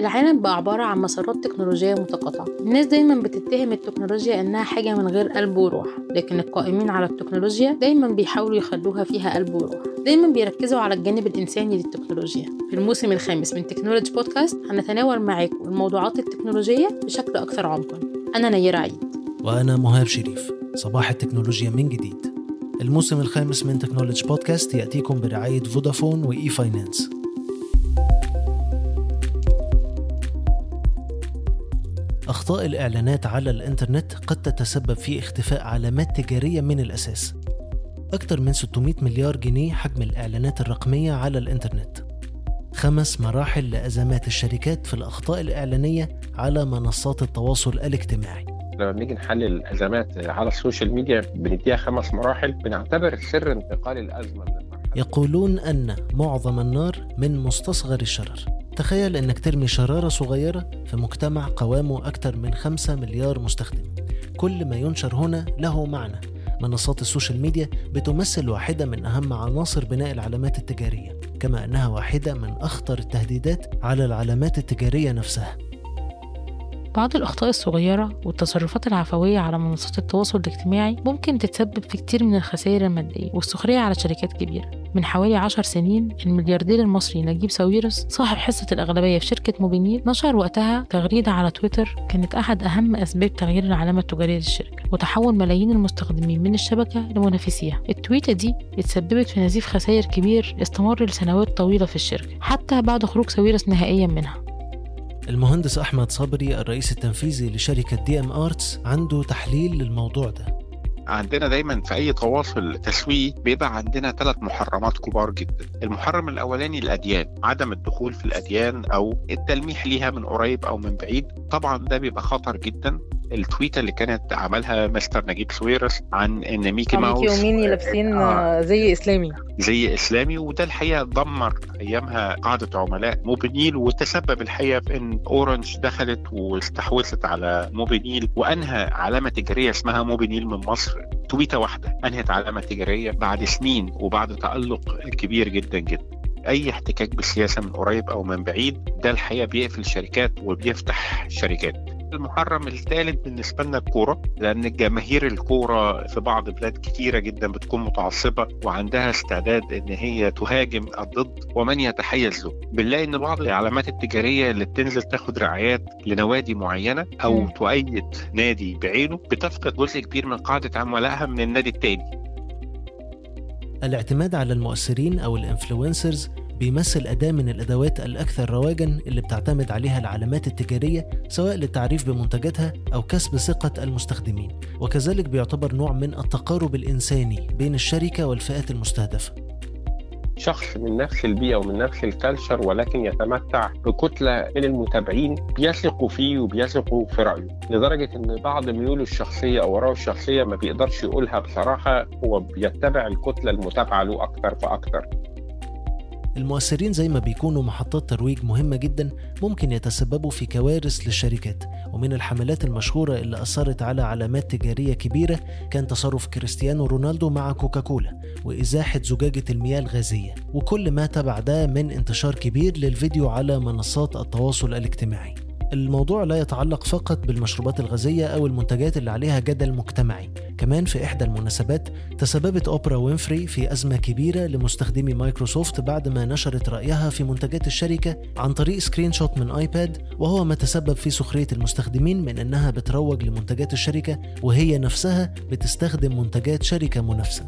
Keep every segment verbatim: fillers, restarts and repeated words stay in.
العالم بقى عبارة عن مسارات تكنولوجية متقاطعة. الناس دايما بتتهم التكنولوجيا إنها حاجة من غير قلب وروح، لكن القائمين على التكنولوجيا دايما بيحاولوا يخلوها فيها قلب وروح. دايما بيركزوا على الجانب الإنساني للتكنولوجيا. في الموسم الخامس من تكنولوجي بودكاست هنتناول معاكم الموضوعات التكنولوجية بشكل أكثر عمقا. أنا نيرة عيد وأنا مهاب شريف. صباح التكنولوجيا من جديد. الموسم الخامس من تكنولوجي بودكاست يأتيكم برعاية فودافون وإي فاينانس. أخطاء الإعلانات على الإنترنت قد تتسبب في اختفاء علامات تجارية من الأساس. أكثر من ستمائة مليار جنيه حجم الإعلانات الرقمية على الإنترنت. خمس مراحل لأزمات الشركات في الأخطاء الإعلانية على منصات التواصل الاجتماعي. لما بنيجي نحلل الأزمات على السوشيال ميديا بنديها خمس مراحل، بنعتبر سر انتقال الأزمة من المرحلة. يقولون أن معظم النار من مستصغر الشرر. تخيل أنك ترمي شرارة صغيرة في مجتمع قوامه أكثر من خمسة مليار مستخدم. كل ما ينشر هنا له معنى. منصات السوشيال ميديا بتمثل واحدة من أهم عناصر بناء العلامات التجارية، كما أنها واحدة من أخطر التهديدات على العلامات التجارية نفسها. بعض الأخطاء الصغيرة والتصرفات العفوية على منصات التواصل الاجتماعي ممكن تتسبب في كتير من الخسائر المادية والسخرية على شركات كبيرة. من حوالي عشر سنين الملياردير المصري نجيب ساويرس صاحب حصة الأغلبية في شركة موبينيل نشر وقتها تغريدة على تويتر كانت أحد أهم أسباب تغيير العلامة التجارية للشركة وتحول ملايين المستخدمين من الشبكة لمنافسيها. التويتة دي اتسببت في نزيف خسائر كبير استمر لسنوات طويلة في الشركة حتى بعد خروج ساويرس نهائيا منها. المهندس أحمد صبري الرئيس التنفيذي لشركة دي ام ارتس عنده تحليل للموضوع ده. عندنا دايما في أي تواصل تسويقي بيبقى عندنا ثلاث محرمات كبار جدا. المحرم الأولاني الأديان، عدم الدخول في الأديان أو التلميح ليها من قريب أو من بعيد. طبعا ده بيبقى خطر جدا. التويتة اللي كانت عملها مستر نجيب ساويرس عن ان ميكي ماوس ميكي وميني لابسين آه زي اسلامي زي اسلامي وده الحقيقه دمر ايامها قاعده عملاء موبينيل، وتسبب الحقيقه في ان اورنج دخلت واستحوذت على موبينيل وانهى علامه تجاريه اسمها موبينيل من مصر. تويته واحده انهت علامه تجاريه بعد سنين وبعد تالق كبير جدا جدا. اي احتكاك بالسياسه من قريب او من بعيد ده الحقيقه بيقفل شركات وبيفتح شركات. المحرم الثالث بالنسبة لنا الكورة، لأن الجماهير الكورة في بعض بلاد كتيرة جدا بتكون متعصبة وعندها استعداد إن هي تهاجم الضد ومن يتحيز له. بنلاقي إن بعض العلامات التجارية اللي بتنزل تاخد رعايات لنوادي معينة أو م. تؤيد نادي بعينه بتفقد جزء كبير من قاعدة عملائها من النادي التاني. الاعتماد على المؤثرين أو الانفلونسرز بيمثل أداة من الأدوات الأكثر رواجاً اللي بتعتمد عليها العلامات التجارية سواء للتعريف بمنتجاتها أو كسب ثقة المستخدمين، وكذلك بيعتبر نوع من التقارب الإنساني بين الشركة والفئات المستهدفة. شخص من نفس البيئة ومن نفس الكالتشر ولكن يتمتع بكتلة من المتابعين بيثقوا فيه وبيثقوا في رأيه، لدرجة ان بعض ميوله الشخصية او رأيه الشخصية ما بيقدرش يقولها بصراحة، هو بيتبع الكتلة المتابعة له أكتر فأكتر. المؤثرين زي ما بيكونوا محطات ترويج مهمة جدا ممكن يتسببوا في كوارث للشركات، ومن الحملات المشهورة اللي أثرت على علامات تجارية كبيرة كان تصرف كريستيانو رونالدو مع كوكاكولا وإزاحة زجاجة المياه الغازية، وكل ما تبع ده من انتشار كبير للفيديو على منصات التواصل الاجتماعي. الموضوع لا يتعلق فقط بالمشروبات الغازية أو المنتجات اللي عليها جدل مجتمعي. كمان في إحدى المناسبات تسببت أوبرا وينفري في أزمة كبيرة لمستخدمي مايكروسوفت بعد ما نشرت رأيها في منتجات الشركة عن طريق سكرين شوت من آيباد، وهو ما تسبب في سخرية المستخدمين من أنها بتروج لمنتجات الشركة وهي نفسها بتستخدم منتجات شركة منافسة.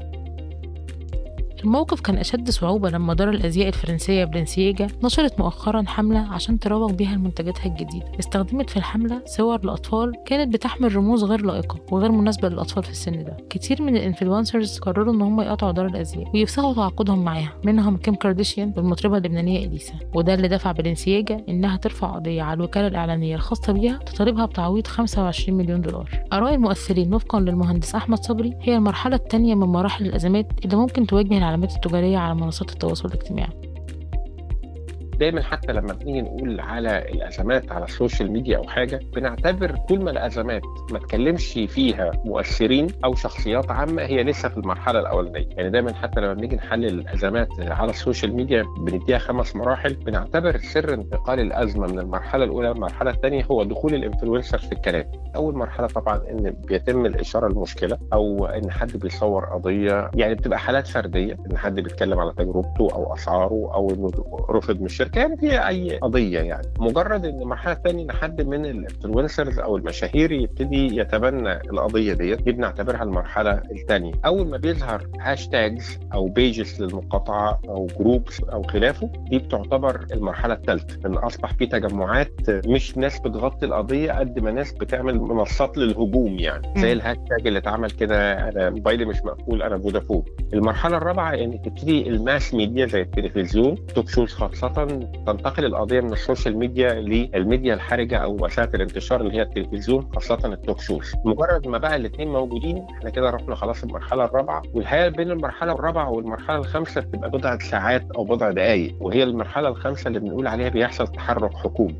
الموقف كان أشد صعوبة لما دار الأزياء الفرنسية بلنسياجا نشرت مؤخرا حملة عشان تروج بيها لمنتجاتها الجديدة. استخدمت في الحملة صور لأطفال كانت بتحمل رموز غير لائقة وغير مناسبة للأطفال في السن ده. كتير من الانفلونسرز قرروا إن هم يقطعوا دار الأزياء ويفسخوا تعاقدهم معاها، منهم كيم كارديشيان والمطربة اللبنانية إليسا، وده اللي دفع بلنسياجا إنها ترفع قضية على الوكالة الإعلانية الخاصة بيها تطالبها بتعويض خمسة وعشرين مليون دولار. آراء المؤثرين وفقا للمهندس أحمد صبري هي المرحلة الثانية من مراحل الأزمات اللي ممكن تواجه العلامات التجارية على منصات التواصل الاجتماعي. دايما حتى لما بنيجي نقول على الازمات على السوشيال ميديا او حاجه، بنعتبر طول ما الازمات ما تكلمش فيها مؤثرين او شخصيات عامه هي لسه في المرحله الاولانيه. يعني دايما حتى لما بنيجي نحلل الازمات على السوشيال ميديا بنديها خمس مراحل. بنعتبر سر انتقال الازمه من المرحله الاولى للمرحله الثانيه هو دخول الانفلونسر في الكلام. اول مرحله طبعا ان بيتم الاشاره للمشكله، او ان حد بيصور قضيه، يعني بتبقى حالات فرديه ان حد بيتكلم على تجربته او اسعاره او انه رفض من الشركه، يعني في اي قضيه. يعني مجرد ان المرحله الثانيه ان حد من الانفلونسرز او المشاهير يبتدي يتبنى القضيه ديت، دي بنعتبرها المرحله الثانيه. اول ما بيظهر هاشتاجز او بيجز للمقاطعه او جروبس او خلافه، دي بتعتبر المرحله الثالثه، ان اصبح في تجمعات مش ناس بتغطي القضيه قد ما ناس بتعمل منصات للهجوم، يعني زي الهاشتاج اللي اتعمل كده انا موبايلي مش مقفول انا فودافون. المرحله الرابعه ان تبتدي الماس ميديا زي التلفزيون توك شوز خاصه تنتقل القضيه من السوشيال ميديا للميديا الحرجه او وسائل الانتشار اللي هي التلفزيون خاصه التوك شوز. مجرد ما بقى الاثنين موجودين احنا كده رحنا خلاص المرحله الرابعه. والحقيقه بين المرحله الرابعه والمرحله الخامسه بتبقى بضعه ساعات او بضع دقائق، وهي المرحله الخامسه اللي بنقول عليها بيحصل تحرك حكومي.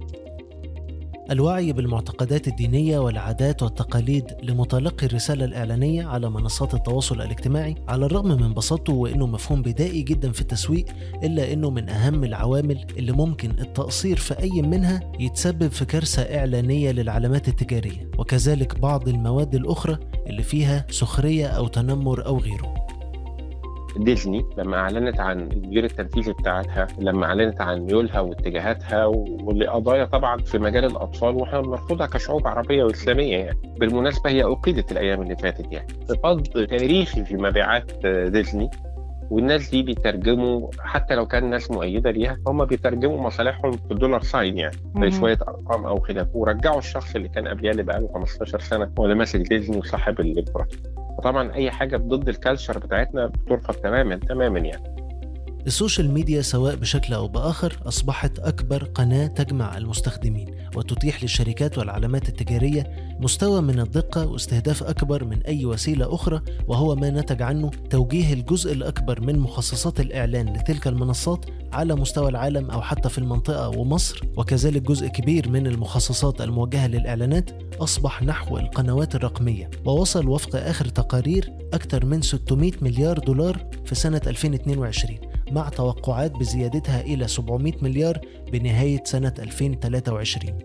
الوعي بالمعتقدات الدينية والعادات والتقاليد لمتلقي الرسالة الإعلانية على منصات التواصل الاجتماعي، على الرغم من بساطته وإنه مفهوم بدائي جدا في التسويق، إلا إنه من أهم العوامل اللي ممكن التقصير في أي منها يتسبب في كارثة إعلانية للعلامات التجارية، وكذلك بعض المواد الأخرى اللي فيها سخرية أو تنمر أو غيره. ديزني لما اعلنت عن المدير التنفيذي بتاعتها، لما اعلنت عن ميولها واتجاهاتها ولقضايا طبعا في مجال الاطفال واحنا بنرفضها كشعوب عربيه واسلاميه، يعني بالمناسبه هي اقيدت الايام اللي فاتت، يعني انخفاض تاريخي في مبيعات ديزني. والناس دي بيترجموا حتى لو كان ناس مؤيده ليها، هم بيترجموا مصالحهم في الدولار ساين، يعني زي شويه ارقام او خلاف، ورجعوا الشخص اللي كان قبلها اللي بقى له خمستاشر سنه هو اللي ماسك ديزني وصاحب الامبراطوريه. وطبعا اي حاجه ضد الكالتشر بتاعتنا بترفض تماما تماما. يعني السوشيال ميديا سواء بشكل أو بآخر أصبحت أكبر قناة تجمع المستخدمين وتتيح للشركات والعلامات التجارية مستوى من الدقة واستهداف أكبر من أي وسيلة أخرى، وهو ما نتج عنه توجيه الجزء الأكبر من مخصصات الإعلان لتلك المنصات على مستوى العالم أو حتى في المنطقة ومصر، وكذلك جزء كبير من المخصصات الموجهة للإعلانات أصبح نحو القنوات الرقمية، ووصل وفق آخر تقارير أكثر من ستمائة مليار دولار في سنة ألفين واثنين وعشرين، مع توقعات بزيادتها إلى سبعمائة مليار بنهاية سنة ألفين وثلاثة وعشرين.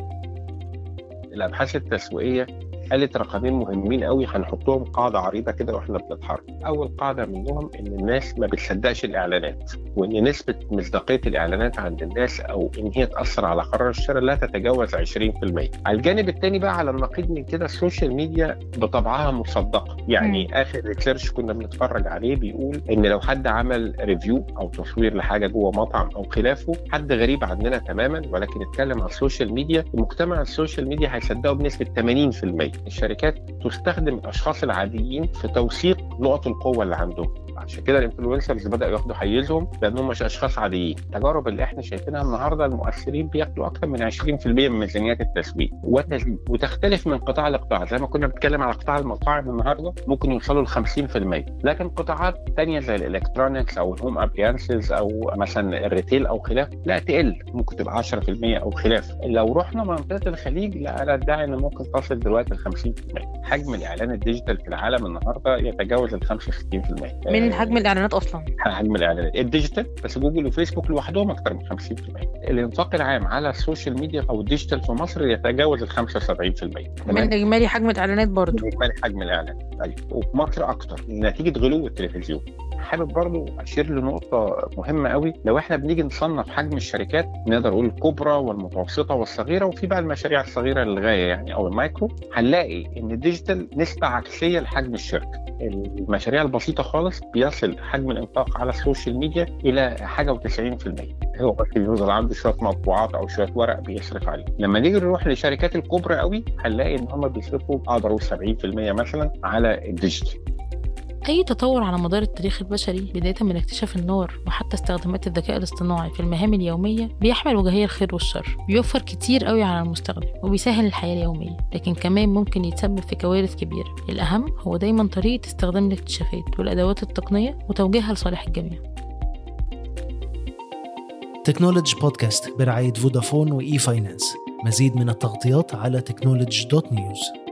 الأبحاث التسويقية قالت رقمين مهمين قوي هنحطهم قاعدة عريضة كده واحنا بنتحرك. أول قاعدة منهم إن الناس ما بتصدقش الإعلانات، وإن نسبة مصداقية الإعلانات عند الناس أو إن هي تأثر على قرار الشراء لا تتجاوز عشرين بالمية. على الجانب الثاني بقى على النقيض من كده السوشيال ميديا بطبعها مصدقة. يعني م. آخر ريسيرش كنا بنتفرج عليه بيقول إن لو حد عمل ريفيو أو تصوير لحاجة جوه مطعم أو خلافه، حد غريب عننا تماما ولكن اتكلم على السوشيال ميديا، مجتمع السوشيال ميديا هيصدقه بنسبة ثمانين بالمية. الشركات تستخدم الاشخاص العاديين في توثيق نقط القوه اللي عندهم، عشان كده الانفلونسرز بدأوا ياخدوا حيزهم لانهم مش اشخاص عاديين. التجارب اللي احنا شايفينها النهارده المؤثرين بياخدوا اكثر من عشرين بالمية من ميزانيات التسويق والتسويق، وتختلف من قطاع لقطاع. زي ما كنا بنتكلم على قطاع المطاعم النهارده ممكن يوصلوا ل خمسين بالمية، لكن قطاعات ثانيه زي الالكترونكس او الهوم ابليانسز او مثلا الريتيل او خلاف لا تقل، ممكن تبقى عشرة بالمية او خلاف. لو رحنا منطقه الخليج لا انا ادعي ان ممكن تصل دلوقتي ل خمسين بالمية. حجم الاعلان الديجيتال في العالم النهارده يتجاوز ال خمسة وستين بالمية من حجم الاعلانات اصلا. حجم الاعلانات الديجيتال بس جوجل وفيسبوك لوحدهم اكثر من خمسين بالمية. الانفاق العام على السوشيال ميديا او الديجيتال في مصر يتجاوز ال خمسة وسبعين بالمية من اجمالي حجم الاعلانات برضه. من اجمالي حجم الاعلانات ايوه، وفي مصر اكثر نتيجه غلو التلفزيون. حابب برضو اشير لنقطه مهمه قوي. لو احنا بنيجي نصنف حجم الشركات نقدر نقول الكبرى والمتوسطه والصغيره وفي بقى المشاريع الصغيره للغايه يعني او المايكرو، هنلاقي ان الديجيتال نسبه عكسيه لحجم الشركه. المشاريع البسيطه خالص بيصل حجم الانفاق على السوشيال ميديا الى حاجه وتسعين بالمية. هو بس بيوصل عنده شويه مطبوعات او شويه ورق بيصرف عليه. لما نيجي نروح للشركات الكبرى قوي هنلاقي ان هم بيصرفوا اقدر اقول سبعين بالمية مثلا على الديجيتال. أي تطور على مدار التاريخ البشري بداية من اكتشاف النار وحتى استخدامات الذكاء الاصطناعي في المهام اليومية بيحمل وجهي الخير والشر، بيوفر كتير قوي على المستخدم وبيسهل الحياة اليومية، لكن كمان ممكن يتسبب في كوارث كبيرة. الأهم هو دايما طريقة استخدام الاكتشافات والأدوات التقنية وتوجيهها لصالح الجميع. تكنولوجي بودكاست برعاية فودافون وإي فاينانس. مزيد من التغطيات على تكنولوجي دوت نيوز.